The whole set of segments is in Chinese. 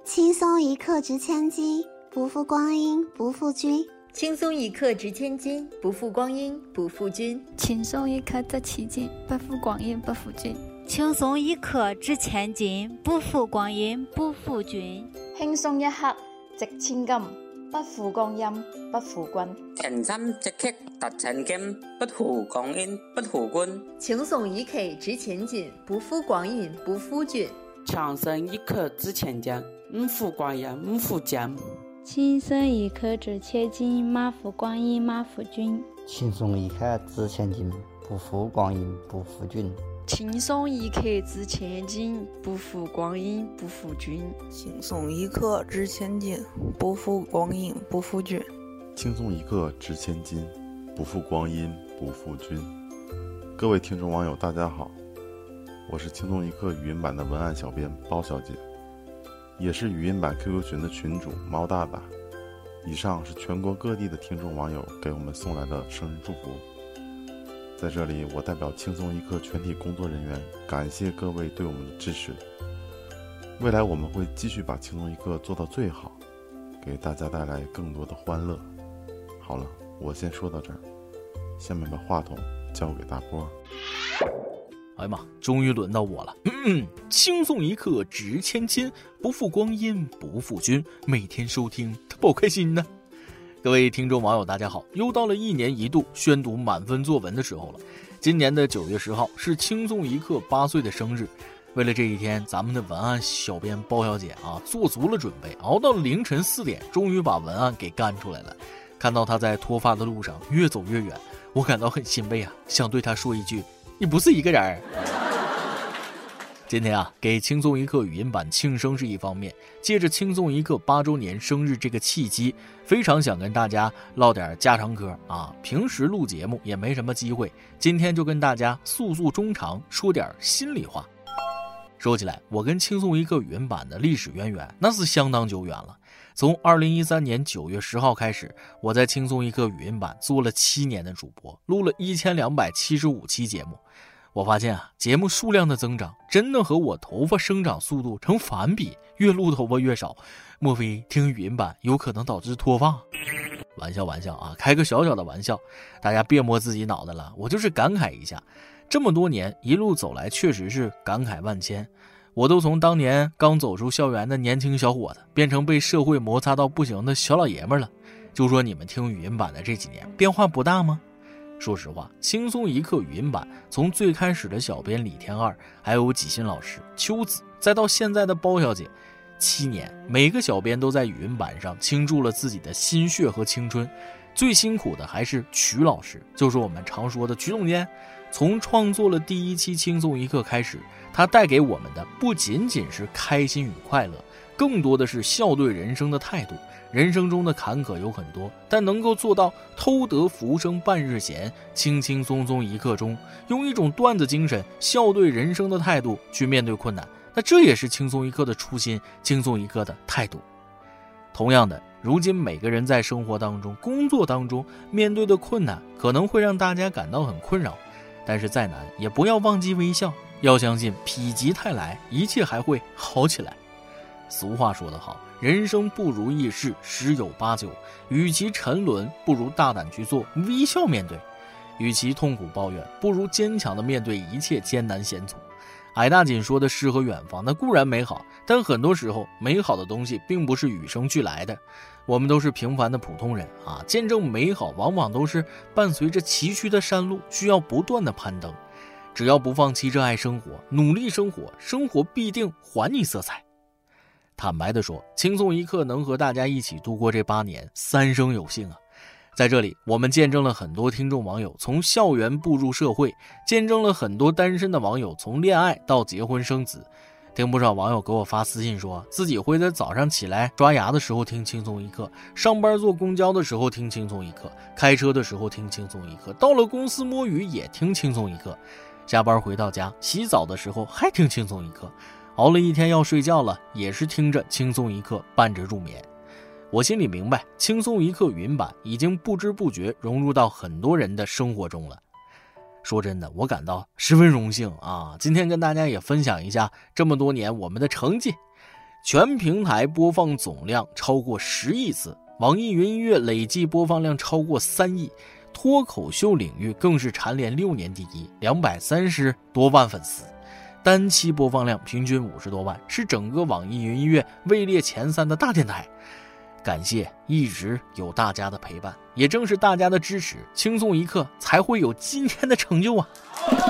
轻松一刻值千金，不负光阴不负君。 轻松一刻值千金，不负光阴不负君。 轻松一刻值千金，不负光阴不负君。 轻松一刻值千金，不负光阴不负君。 輕鬆一刻值千金，不負光陰不負君。 平心即刻值千金，不負光陰不負君。 輕鬆一刻值千金，不負光陰不負君。 輕鬆一刻值千金，不負光陰不負君。 輕鬆一刻值千金，馬負光陰馬負君。 輕鬆一刻值千金，不負光陰不負君。 輕鬆一刻值千金，不負光陰不負君。 輕鬆一刻值千金，不負光陰不負君。 輕鬆一刻值千金，不負光陰不負君。各位聽眾網友大家好，我是輕鬆一刻語音版的文案小編包小姐，也是語音版 QQ 群的群主貓大大。以上是全國各地的聽眾網友給我們送來的生日祝福，在這裡我代表輕鬆一刻全體工作人員感謝各位對我們的支持。未來我們會繼續把輕鬆一刻做到最好，給大家帶來更多的歡樂。好了，我先說到這兒，下面把話筒交給大波。 哎呀媽，終於輪到我了。輕鬆一刻值千金，不負光陰不負君。每天收聽，他不開心呢。各位聽眾網友大家好，又到了一年一度宣讀滿分作文的時候了。今年的9月10號是輕鬆一刻8歲的生日，為了這一天，咱們的文案小編包小姐做足了準備，熬到了凌晨4點，終於把文案給幹出來了。看到她在脫髮的路上越走越遠，我感到很欣慰想對她說一句，你不是一個人。今天給輕鬆一刻語音版慶生是一方面，借着輕鬆一刻8周年生日這個契機，非常想跟大家嘮點家常嗑平時錄節目也沒什麼機會，今天就跟大家訴訴衷腸，說點心裡話。說起來，我跟輕鬆一刻語音版的歷史淵源那是相當久遠了。從2013年9月10號開始，我在輕鬆一刻語音版做了7年的主播，錄了1275期節目。我發現節目數量的增長真的和我頭髮生長速度成反比，越錄頭髮越少。莫非聽語音版有可能導致脫髮？玩笑開個小小的玩笑，大家別摸自己腦袋了，我就是感慨一下，這麼多年一路走來確實是感慨萬千。我都從當年剛走出校園的年輕小伙子變成被社會摩擦到不行的小老爺們了，就說你們聽語音版的這幾年變化不大嗎？說實話，輕鬆一刻語音版從最開始的小編李天二，還有紀新老師、秋子，再到現在的包小姐，7年，每個小編都在語音版上傾注了自己的心血和青春。最辛苦的還是曲老師，就是我們常說的曲總監。從創作了第1期輕鬆一刻開始，他帶給我們的不僅僅是開心與快樂，更多的是笑對人生的態度。人生中的坎坷有很多，但能夠做到偷得浮生半日閒，輕輕鬆鬆一刻鐘，用一種段子精神，笑對人生的態度去面對困難，那這也是輕鬆一刻的初心，輕鬆一刻的態度。同樣的，如今每個人在生活當中、工作當中面對的困難，可能會讓大家感到很困擾，但是再難也不要忘記微笑，要相信否極泰來，一切還會好起來。俗話說得好，人生不如意事十有八九，與其沉淪，不如大膽去做，微笑面對；與其痛苦抱怨，不如堅強地面對一切艱難險阻。矮大緊說的詩和遠方，那固然美好，但很多時候美好的東西並不是與生俱來的。我們都是平凡的普通人見證美好往往都是伴隨着崎嶇的山路，需要不斷的攀登。只要不放棄熱愛生活，努力生活，生活必定還你色彩。坦白地說，輕鬆一刻能和大家一起度過這8年，三生有幸啊！在這裡，我們見證了很多聽眾網友從校園步入社會，見證了很多單身的網友從戀愛到結婚生子。聽不少網友給我發私信說，自己會在早上起來刷牙的時候聽輕鬆一刻，上班坐公交的時候聽輕鬆一刻，開車的時候聽輕鬆一刻，到了公司摸魚也聽輕鬆一刻，下班回到家洗澡的時候還聽輕鬆一刻，熬了一天要睡覺了，也是聽着輕鬆一刻伴着入眠。我心裡明白，輕鬆一刻語音版已經不知不覺融入到很多人的生活中了。說真的，我感到十分榮幸啊！今天跟大家也分享一下這麼多年我們的成績。 全平台播放总量超过10亿次，网易云音乐累计播放量超过3亿，脱口秀领域更是蝉联6年第一，230多万粉丝，单期播放量平均50多万，是整个网易云音乐位列前3的大电台。感谢一直有大家的陪伴，也正是大家的支持，轻松一刻才会有今天的成就啊！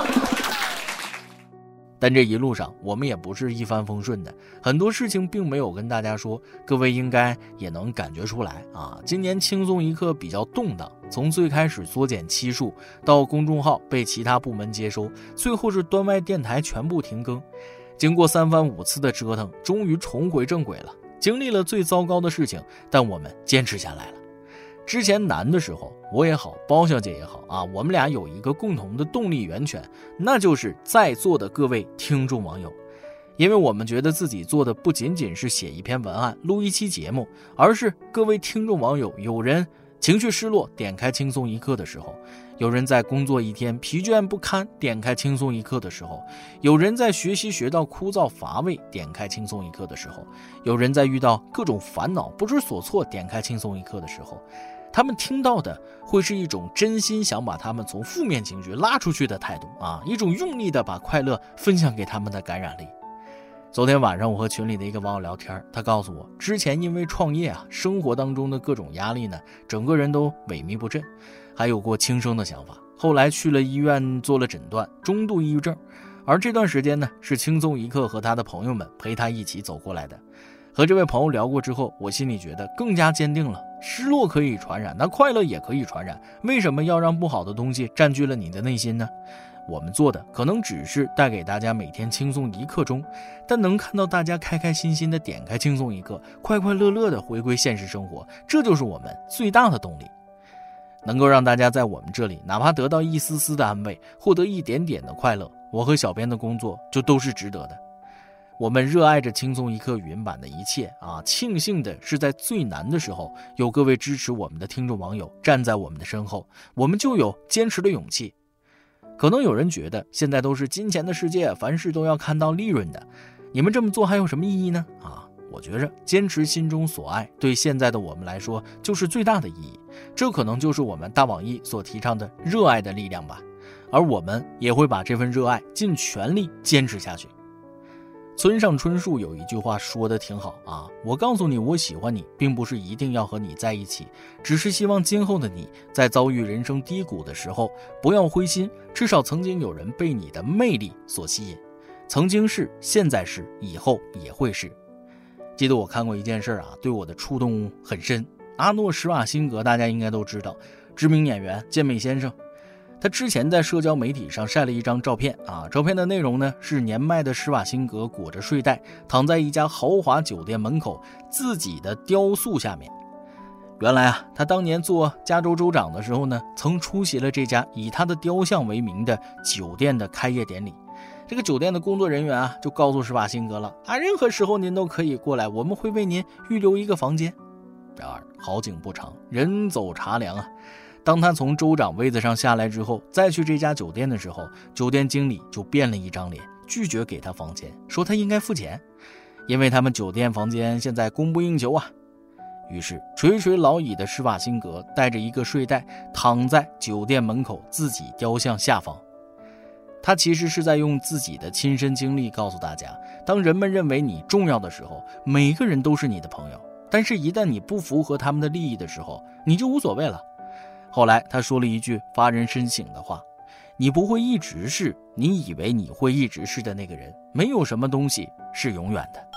但这一路上我们也不是一帆风顺的，很多事情并没有跟大家说，各位应该也能感觉出来啊。今年轻松一刻比较动荡，从最开始缩减期数，到公众号被其他部门接收，最后是端外电台全部停更。经过3番5次的折腾，终于重回正轨了。经历了最糟糕的事情，但我们坚持下来了。之前难的时候，我也好，包小姐也好啊，我们俩有一个共同的动力源泉，那就是在座的各位听众网友。因为我们觉得自己做的不仅仅是写一篇文案、录一期节目，而是各位听众网友，有人情绪失落，点开轻松一刻的时候；有人在工作一天疲倦不堪，点开轻松一刻的时候；有人在学习学到枯燥乏味，点开轻松一刻的时候；有人在遇到各种烦恼不知所措，点开轻松一刻的时候。他们听到的会是一种真心想把他们从负面情绪拉出去的态度啊，一种用力的把快乐分享给他们的感染力。昨天晚上我和群里的一个网友聊天，他告诉我，之前因为创业啊，生活当中的各种压力呢，整个人都萎靡不振，还有过轻生的想法，后来去了医院做了诊断，中度抑郁症。而这段时间呢，是轻松一刻和他的朋友们陪他一起走过来的。和这位朋友聊过之后，我心里觉得更加坚定了，失落可以传染，那快乐也可以传染，为什么要让不好的东西占据了你的内心呢？我们做的可能只是带给大家每天轻松1刻钟，但能看到大家开开心心的点开轻松一刻，快快乐乐的回归现实生活，这就是我们最大的动力。能够让大家在我们这里哪怕得到一丝丝的安慰，获得一点点的快乐，我和小编的工作就都是值得的。我们热爱着轻松一刻语音版的一切啊！庆幸的是，在最难的时候，有各位支持我们的听众网友站在我们的身后，我们就有坚持的勇气。可能有人觉得现在都是金钱的世界，凡事都要看到利润的，你们这么做还有什么意义呢？我觉着坚持心中所爱，对现在的我们来说就是最大的意义。这可能就是我们大网易所提倡的热爱的力量吧。而我们也会把这份热爱尽全力坚持下去。村上春树有一句话说的挺好啊，我告诉你我喜欢你，并不是一定要和你在一起，只是希望今后的你在遭遇人生低谷的时候不要灰心，至少曾经有人被你的魅力所吸引，曾经是，现在是，以后也会是。记得我看过一件事啊，对我的触动很深。阿诺·施瓦辛格大家应该都知道，知名演员健美先生。他之前在社交媒体上晒了一张照片啊，照片的内容呢是年迈的施瓦辛格裹着睡袋躺在一家豪华酒店门口自己的雕塑下面。原来啊，他当年做加州州长的时候呢，曾出席了这家以他的雕像为名的酒店的开业典礼。这个酒店的工作人员啊，就告诉施瓦辛格了啊，任何时候您都可以过来，我们会为您预留一个房间。然而好景不长，人走茶凉啊。当他从州长位子上下来之后，再去这家酒店的时候，酒店经理就变了一张脸，拒绝给他房间，说他应该付钱，因为他们酒店房间现在供不应求啊。于是垂垂老矣的施瓦辛格带着一个睡袋躺在酒店门口自己雕像下方。他其实是在用自己的亲身经历告诉大家，当人们认为你重要的时候，每个人都是你的朋友，但是一旦你不符合他们的利益的时候，你就无所谓了。后来他说了一句发人深省的话，你不会一直是你以为你会一直是的那个人，没有什么东西是永远的。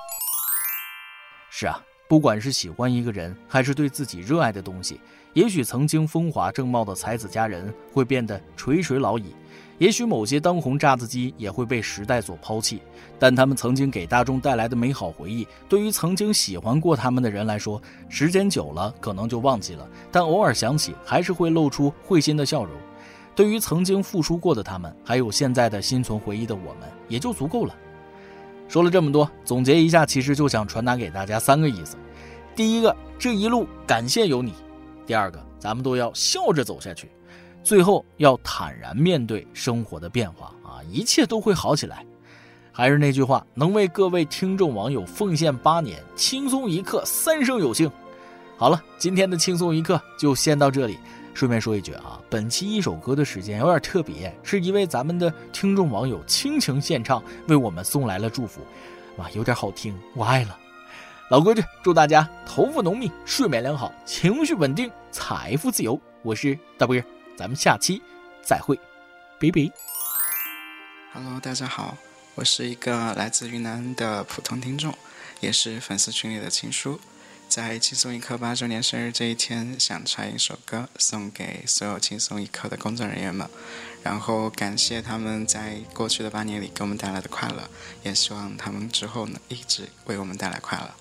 是啊，不管是喜欢一个人还是对自己热爱的东西，也许曾经风华正茂的才子佳人会变得垂垂老矣，也许某些当红炸子鸡也会被时代所抛弃，但他们曾经给大众带来的美好回忆，对于曾经喜欢过他们的人来说，时间久了可能就忘记了，但偶尔想起还是会露出会心的笑容。对于曾经付出过的他们，还有现在的心存回忆的我们，也就足够了。说了这么多，总结一下，其实就想传达给大家3个意思。第一个，这一路感谢有你；第二个，咱们都要笑着走下去；最后要坦然面对生活的变化啊，一切都会好起来。 还是那句话，能为各位听众网友奉献8年，轻松一刻3生有幸。好了，今天的轻松一刻就先到这里。顺便说一句啊，本期一首歌的时间有点特别，是一位咱们的听众网友倾情献唱，为我们送来了祝福，有点好听，我爱了。老规矩，祝大家头发浓密，睡眠良好，情绪稳定，财富自由。我是大波，咱们下期再会，拜拜。 Hello， 大家好，我是一个来自云南的普通听众，也是粉丝群里的情书。在轻松一刻8周年生日这一天，想唱一首歌送给所有轻松一刻的工作人员们，然后感谢他们在过去的8年里给我们带来的快乐，也希望他们之后呢一直为我们带来快乐。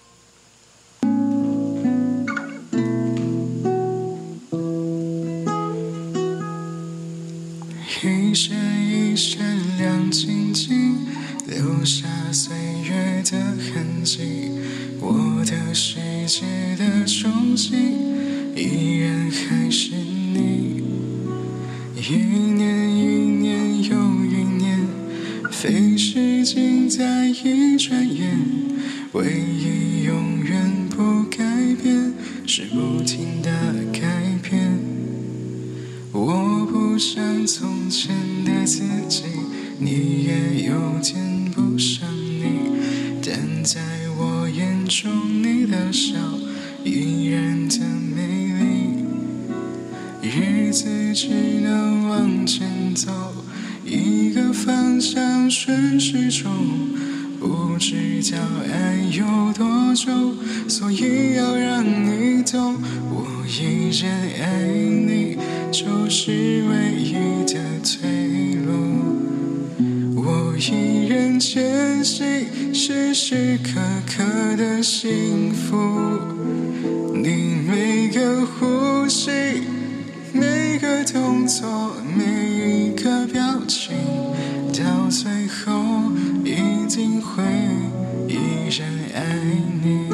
一闪一闪亮晶晶，留下岁月的痕迹，我的世界的中心依然还是你。一年一年又一年，飞逝尽在一转眼，唯一永远不改变是不停的改变。我不像从前的自己，你也有点不像你，但在我眼中你的笑依然的美丽。日子只能往前走，一个方向顺时钟，不知道爱有多久，所以要让你懂，我依然爱你，就是唯一的退路。我依然坚信时时刻刻的幸福，你每个呼吸，每个动作，每一个表情，到最后一定会依然爱你。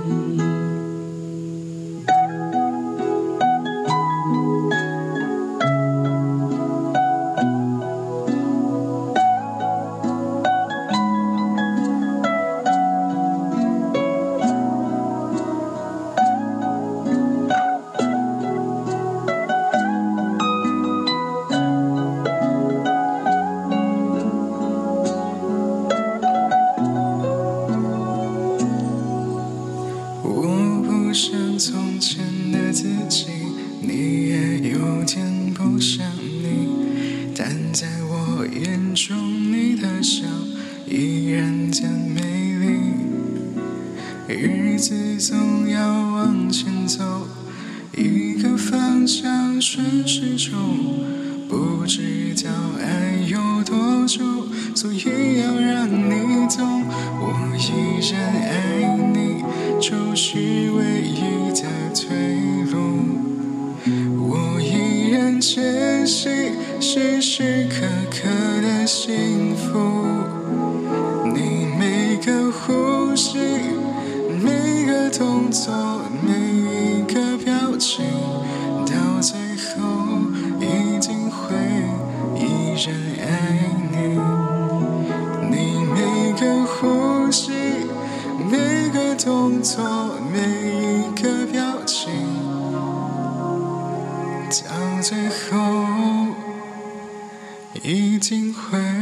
像从前的自己，你也有点不像你，但在我眼中你的笑依然的美丽。日子总要往前走，一个方向顺时钟，不知道爱有多久，所以要让你懂，我依然爱你，就是唯一的退路。我依然坚信时时刻刻的幸福，你每个呼吸，每个动作，每一个表情，到最后一定会依然爱你。你每个呼吸，每个动作，每一个表情，到最后一定会